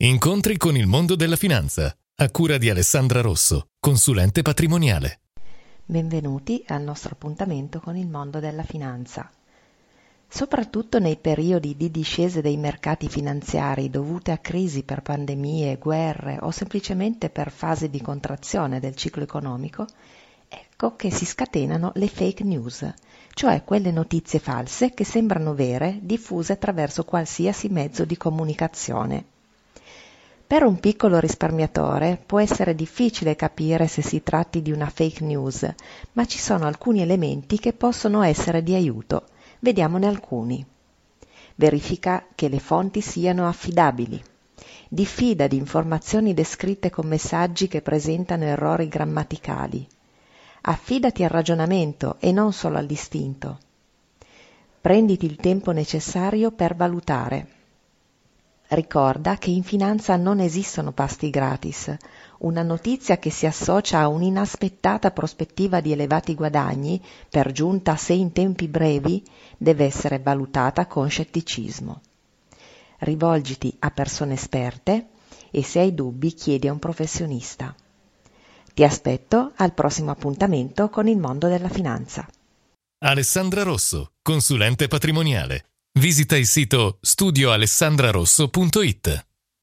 Incontri con il mondo della finanza, a cura di Alessandra Rosso, consulente patrimoniale. Benvenuti al nostro appuntamento con il mondo della finanza. Soprattutto nei periodi di discese dei mercati finanziari dovute a crisi per pandemie, guerre o semplicemente per fasi di contrazione del ciclo economico, ecco che si scatenano le fake news, cioè quelle notizie false che sembrano vere diffuse attraverso qualsiasi mezzo di comunicazione. Per un piccolo risparmiatore può essere difficile capire se si tratti di una fake news, ma ci sono alcuni elementi che possono essere di aiuto. Vediamone alcuni. Verifica che le fonti siano affidabili. Diffida di informazioni descritte con messaggi che presentano errori grammaticali. Affidati al ragionamento e non solo all'istinto. Prenditi il tempo necessario per valutare. Ricorda che in finanza non esistono pasti gratis. Una notizia che si associa a un'inaspettata prospettiva di elevati guadagni, per giunta se in tempi brevi, deve essere valutata con scetticismo. Rivolgiti a persone esperte e se hai dubbi chiedi a un professionista. Ti aspetto al prossimo appuntamento con il mondo della finanza. Alessandra Rosso, consulente patrimoniale. Visita il sito studioalessandrarosso.it.